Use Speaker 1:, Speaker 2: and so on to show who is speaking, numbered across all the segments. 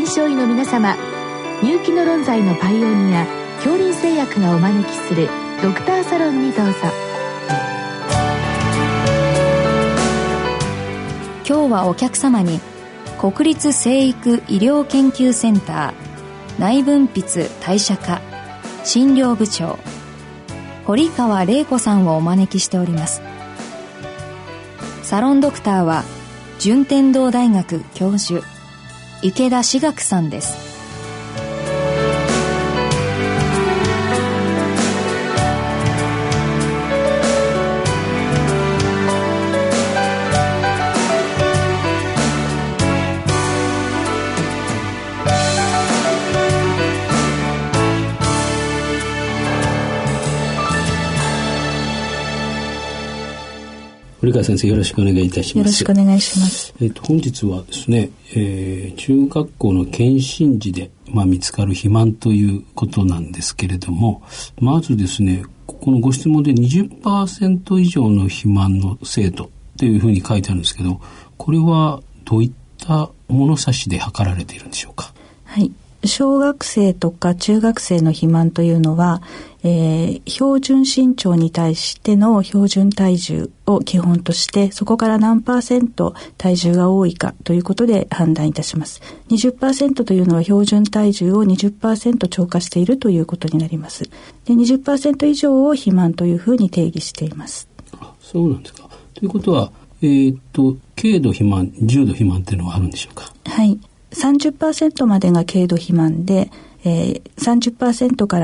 Speaker 1: 症医の皆様、入気の論剤のパイオニア恐林製薬がお招きするドクターサロンにどうぞ。
Speaker 2: 今日はお客様に国立成育医療研究センター内分泌代謝科診療部長堀川玲子さんをお招きしております。サロンドクターは順天堂大学教授池田志学さんです。
Speaker 3: 堀川先生、よろしくお願いいたします。
Speaker 2: よろしくお願いします。
Speaker 3: 本日はですね、中学校の検診時で、見つかる肥満ということなんですけれども、まずですね、このご質問で 20% 以上の肥満の生徒というふうに書いてあるんですけど、これはどういった物差しで測られているんでしょうか。
Speaker 4: はい。小学生とか中学生の肥満というのは、標準身長に対しての標準体重を基本として、そこから何%体重が多いかということで判断いたします。20% というのは標準体重を 20% 超過しているということになります。で、20% 以上を肥満というふうに定義しています。
Speaker 3: そうなんですか。ということは、軽度肥満、重度肥満というのはあるんでしょうか。
Speaker 4: はい。30% までが軽度肥満で、30% から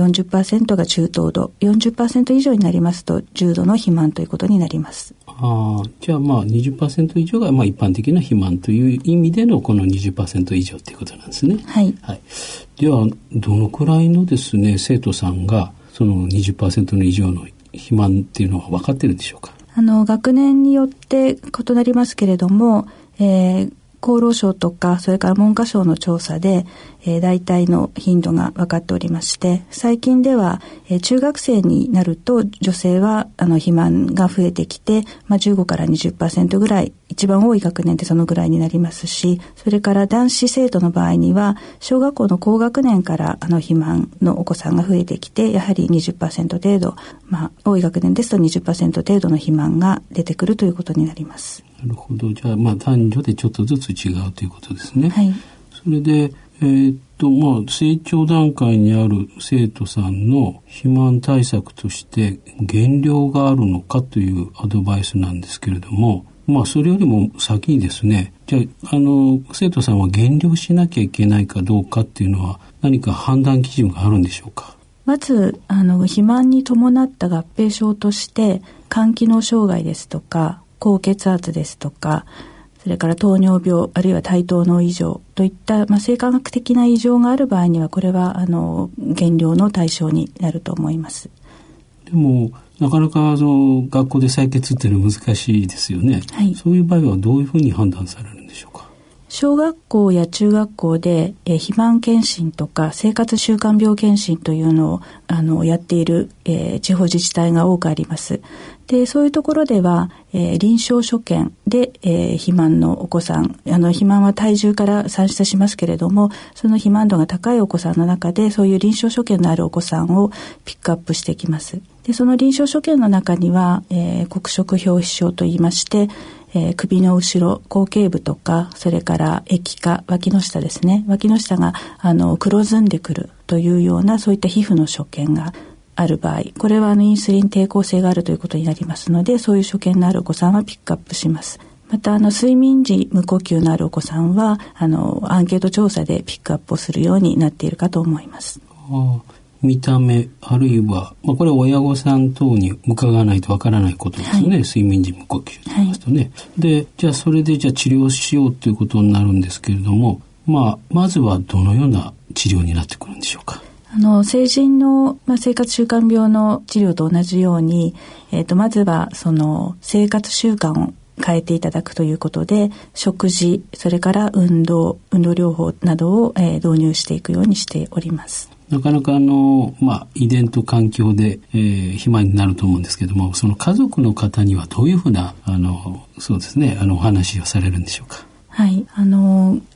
Speaker 4: 、40% が中等度、40% 以上になりますと重度の肥満ということになります。
Speaker 3: じゃあ20% 以上が一般的な肥満という意味でのこの 20% 以上ということなんですね。
Speaker 4: はい。
Speaker 3: はい。ではどのくらいのですね、生徒さんがその 20% の以上の肥満っていうのは分かっているんでしょうか。
Speaker 4: 学年によって異なりますけれども、厚労省とかそれから文科省の調査で、大体の頻度が分かっておりまして、最近では、中学生になると女性は肥満が増えてきて、15から 20% ぐらい、一番多い学年でそのぐらいになりますし、それから男子生徒の場合には小学校の高学年から肥満のお子さんが増えてきて、やはり 20% 程度、多い学年ですと 20% 程度の肥満が出てくるということになります。
Speaker 3: なるほど。じゃあ男女でちょっとずつ違うということですね。
Speaker 4: はい。
Speaker 3: それで成長段階にある生徒さんの肥満対策として減量があるのかというアドバイスなんですけれども、それよりも先にですね、じゃあ生徒さんは減量しなきゃいけないかどうかっていうのは何か判断基準があるんでしょうか。
Speaker 4: まず肥満に伴った合併症として肝機能障害ですとか高血圧ですとか、それから糖尿病あるいは対等脳異常といった、生化学的な異常がある場合にはこれは減量の対象になると思います。
Speaker 3: でもなかなか学校で採血っていうのは難しいですよね。
Speaker 4: はい。
Speaker 3: そういう場合はどういうふうに判断されるんでしょうか。
Speaker 4: 小学校や中学校で、肥満検診とか生活習慣病検診というのをやっている、地方自治体が多くあります。で、そういうところでは、臨床所見で、肥満のお子さん、肥満は体重から算出しますけれども、その肥満度が高いお子さんの中でそういう臨床所見のあるお子さんをピックアップしてきます。で、その臨床所見の中には、黒色表皮症といいまして、首の後ろ後頸部とか、それから液化脇の下ですね、脇の下が黒ずんでくるというようなそういった皮膚の所見がある場合、これはインスリン抵抗性があるということになりますので、そういう所見のあるお子さんはピックアップします。また睡眠時無呼吸のあるお子さんはアンケート調査でピックアップをするようになっているかと思います。
Speaker 3: 見た目あるいは、これは親御さん等に伺わないとわからないことですね。はい、睡眠時無呼吸と言いますとね。はい、で、じゃあそれで治療しようということになるんですけれども、まずはどのような治療になってくるんでしょうか。
Speaker 4: 成人の、生活習慣病の治療と同じように、まずはその生活習慣を変えていただくということで、食事、それから運動療法などを、導入していくようにしております。
Speaker 3: なかなか遺伝と環境で、肥満になると思うんですけども、その家族の方にはどういうふうなそうですね、お話をされるんでしょうか。
Speaker 4: はい、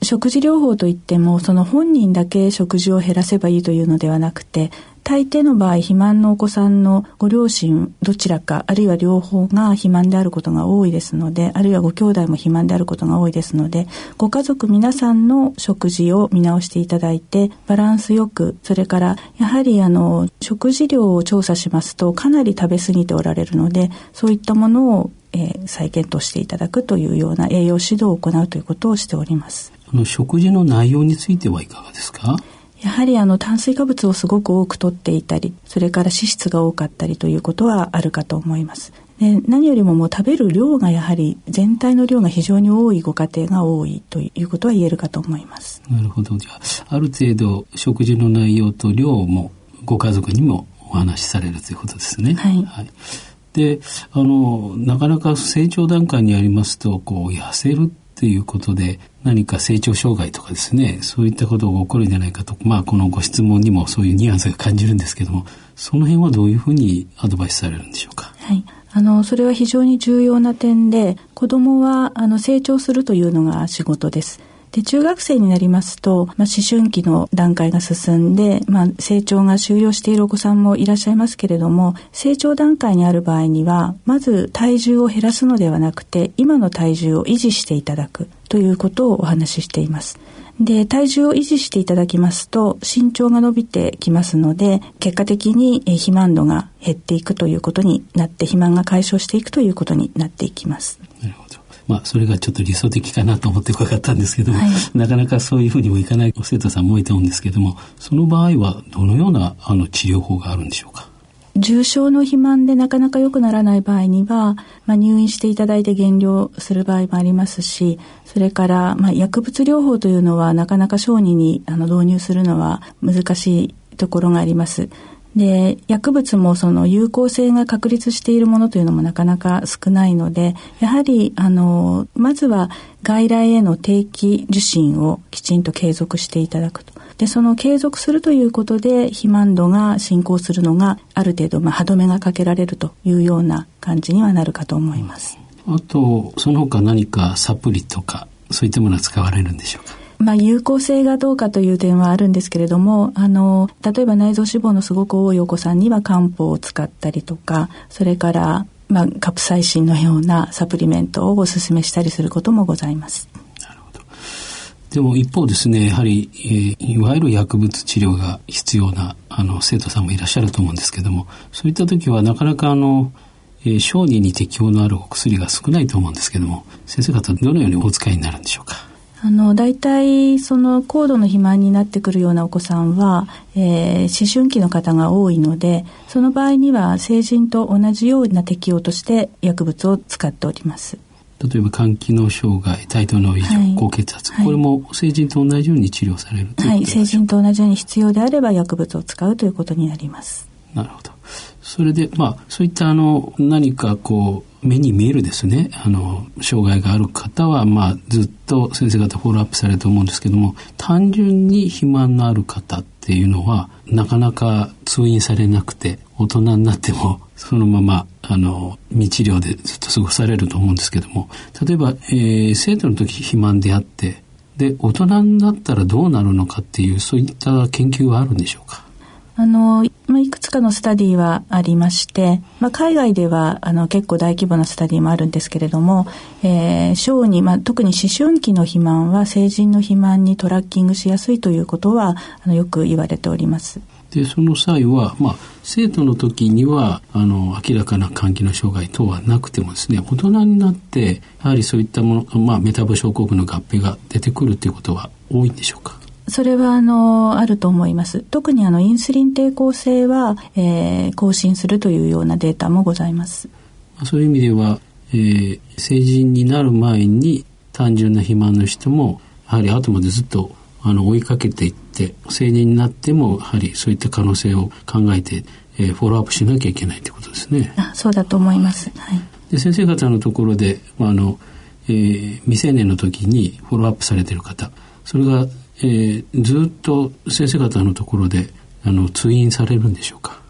Speaker 4: 食事療法といってもその本人だけ食事を減らせばいいというのではなくて、大抵の場合肥満のお子さんのご両親どちらかあるいは両方が肥満であることが多いですので、あるいはご兄弟も肥満であることが多いですので、ご家族皆さんの食事を見直していただいてバランスよく、それからやはり食事量を調査しますとかなり食べ過ぎておられるので、そういったものを再検討していただくというような栄養指導を行うということをしております。
Speaker 3: 食事の内容についてはいかがですか？
Speaker 4: やはり炭水化物をすごく多く摂っていたり、それから脂質が多かったりということはあるかと思います。で、何よりも食べる量がやはり全体の量が非常に多いご家庭が多いということは言えるかと思います。
Speaker 3: なるほど。じゃあ、ある程度食事の内容と量もご家族にもお話しされるということですね。
Speaker 4: はい。
Speaker 3: はい。で、なかなか成長段階にありますと痩せるということで何か成長障害とかですね、そういったことが起こるんじゃないかと、このご質問にもそういうニュアンスが感じるんですけども、その辺はどういうふうにアドバイスされるんでしょうか？
Speaker 4: はい。それは非常に重要な点で、子どもは成長するというのが仕事です。で、中学生になりますと、思春期の段階が進んで、成長が終了しているお子さんもいらっしゃいますけれども、成長段階にある場合にはまず体重を減らすのではなくて、今の体重を維持していただくということをお話ししています。で、体重を維持していただきますと身長が伸びてきますので、結果的に肥満度が減っていくということになって、肥満が解消していくということになっていきます。
Speaker 3: なるほど。それがちょっと理想的かなと思って伺ったんですけども、
Speaker 4: はい、
Speaker 3: なかなかそういうふうにもいかない生徒さんも多いと思うんですけども、その場合はどのような治療法があるんでしょうか？
Speaker 4: 重症の肥満でなかなか良くならない場合には、入院していただいて減量する場合もありますし、それから、薬物療法というのはなかなか小児に導入するのは難しいところがあります。で、薬物もその有効性が確立しているものというのもなかなか少ないので、やはりまずは外来への定期受診をきちんと継続していただくと。で、その継続するということで肥満度が進行するのがある程度歯止めがかけられるというような感じにはなるかと思います。
Speaker 3: あとその他何かサプリとかそういったものは使われるんでしょうか？
Speaker 4: 有効性がどうかという点はあるんですけれども、例えば内臓脂肪のすごく多いお子さんには漢方を使ったりとか、それからカプサイシンのようなサプリメントをお勧めしたりすることもございます。
Speaker 3: なるほど。でも一方ですね、やはり、いわゆる薬物治療が必要な生徒さんもいらっしゃると思うんですけども、そういった時はなかなか小児に適応のあるお薬が少ないと思うんですけども、先生方どのようにお使いになるんでしょうか？
Speaker 4: 大体その高度の肥満になってくるようなお子さんは、思春期の方が多いので、その場合には成人と同じような適応として薬物を使っております。
Speaker 3: 例えば肝機能障害、帯糖脳異常、高血圧、これも成人と同じように治療されるということでしょうか？はい、
Speaker 4: 成人と同じように必要であれば薬物を使うということになります。
Speaker 3: なるほど。それでそういった何か目に見えるですね障害がある方はずっと先生方フォローアップされると思うんですけども、単純に肥満のある方っていうのはなかなか通院されなくて、大人になってもそのまま未治療でずっと過ごされると思うんですけども、例えば、生徒の時肥満であって、で大人になったらどうなるのかっていうそういった研究はあるんでしょうか？
Speaker 4: いくつかのスタディはありまして、海外では結構大規模なスタディもあるんですけれども、小児、特に思春期の肥満は成人の肥満にトラッキングしやすいということはよく言われております。
Speaker 3: でその際は、生徒の時には明らかな肝機能障害等はなくてもですね、大人になってやはりそういったもの、メタボ症候群の合併が出てくるということは多いんでしょうか？
Speaker 4: それはあると思います。特にインスリン抵抗性は、更新するというようなデータもございます。
Speaker 3: そういう意味では、成人になる前に単純な肥満の人もやはり後までずっと追いかけていって、成人になってもやはりそういった可能性を考えて、フォローアップしなきゃいけないということですね。
Speaker 4: そうだと思います。はい、
Speaker 3: で先生方のところで、未成年の時にフォローアップされている方、それがずっと先生方のところで通院されるんでしょうか？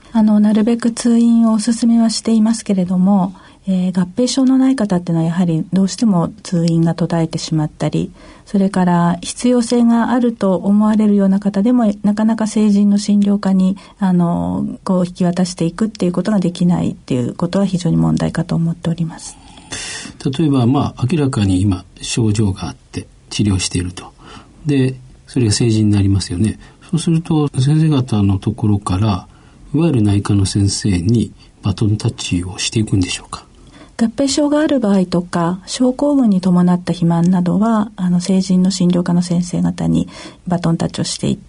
Speaker 4: なるべく通院をお勧めはしていますけれども、合併症のない方っていうのはやはりどうしても通院が途絶えてしまったり、それから必要性があると思われるような方でもなかなか成人の診療科にこう引き渡していくっていうことができないっていうことは非常に問題かと思っております。
Speaker 3: 例えば明らかに今症状があって治療していると。でそれが成人になりますよね。そうすると先生方のところからいわゆる内科の先生にバトンタッチをしていくんでしょうか。
Speaker 4: 合併症がある場合とか症候群に伴った肥満などは成人の診療科の先生方にバトンタッチをしていって、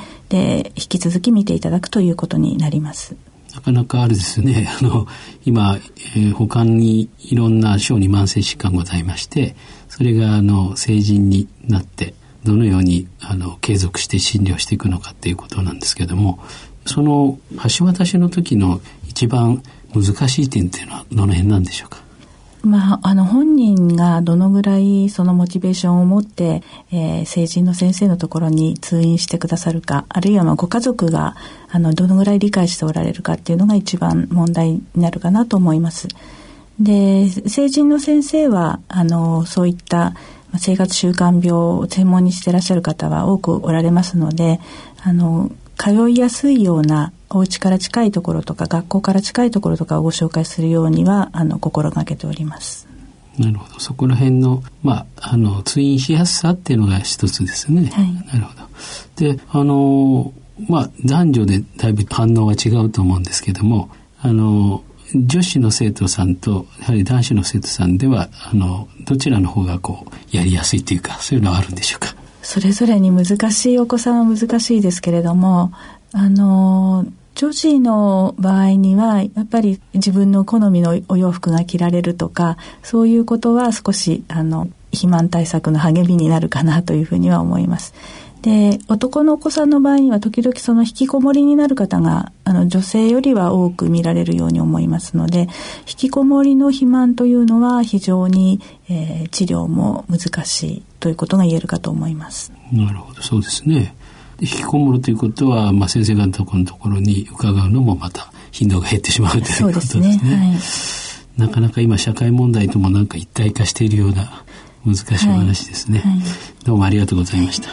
Speaker 4: で引き続き見ていただくということになります。
Speaker 3: なかなかあれですね、今、他にいろんな小児慢性疾患がございまして、それが成人になってどのように継続して診療していくのかっていうことなんですけども、その橋渡しの時の一番難しい点っていうのはどの辺なんでしょうか。
Speaker 4: 本人がどのぐらいそのモチベーションを持って、成人の先生のところに通院してくださるか、あるいはご家族がどのぐらい理解しておられるかっていうのが一番問題になるかなと思います。で、成人の先生はそういった生活習慣病を専門にしていらっしゃる方は多くおられますので、通いやすいようなお家から近いところとか学校から近いところとかをご紹介するようには心がけております。
Speaker 3: なるほど。そこら辺の、通院しやすさっていうのが一つですね。
Speaker 4: はい、
Speaker 3: なるほど。で、男女でだいぶ反応は違うと思うんですけども、女子の生徒さんとやはり男子の生徒さんではどちらの方がやりやすいというか、そういうのはあるんでしょうか。
Speaker 4: それぞれに難しいお子さんは難しいですけれども、女児の場合にはやっぱり自分の好みのお洋服が着られるとか、そういうことは少し肥満対策の励みになるかなというふうには思います。で、男のお子さんの場合には時々その引きこもりになる方が女性よりは多く見られるように思いますので、引きこもりの肥満というのは非常に、治療も難しいということが言えるかと思います。
Speaker 3: なるほど、そうですね。引きこもるということは、先生方のところに伺うのもまた頻度が減ってしまうということですね。はい、なかなか今社会問題とも一体化しているような難しい話ですね。はいはい、どうもありがとうございました。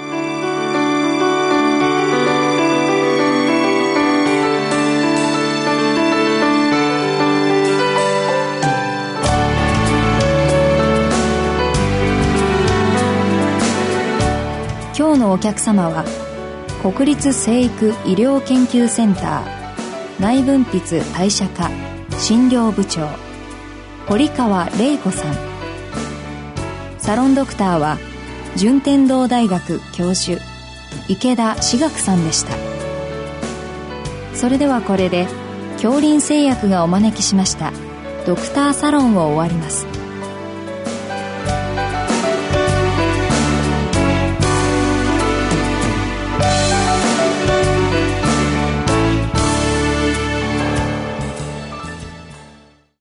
Speaker 2: 今日のお客様は国立成育医療研究センター内分泌代謝科診療部長堀川玲子さん。サロンドクターは順天堂大学教授池田志学さんでした。それではこれで京林製薬がお招きしましたドクターサロンを終わります。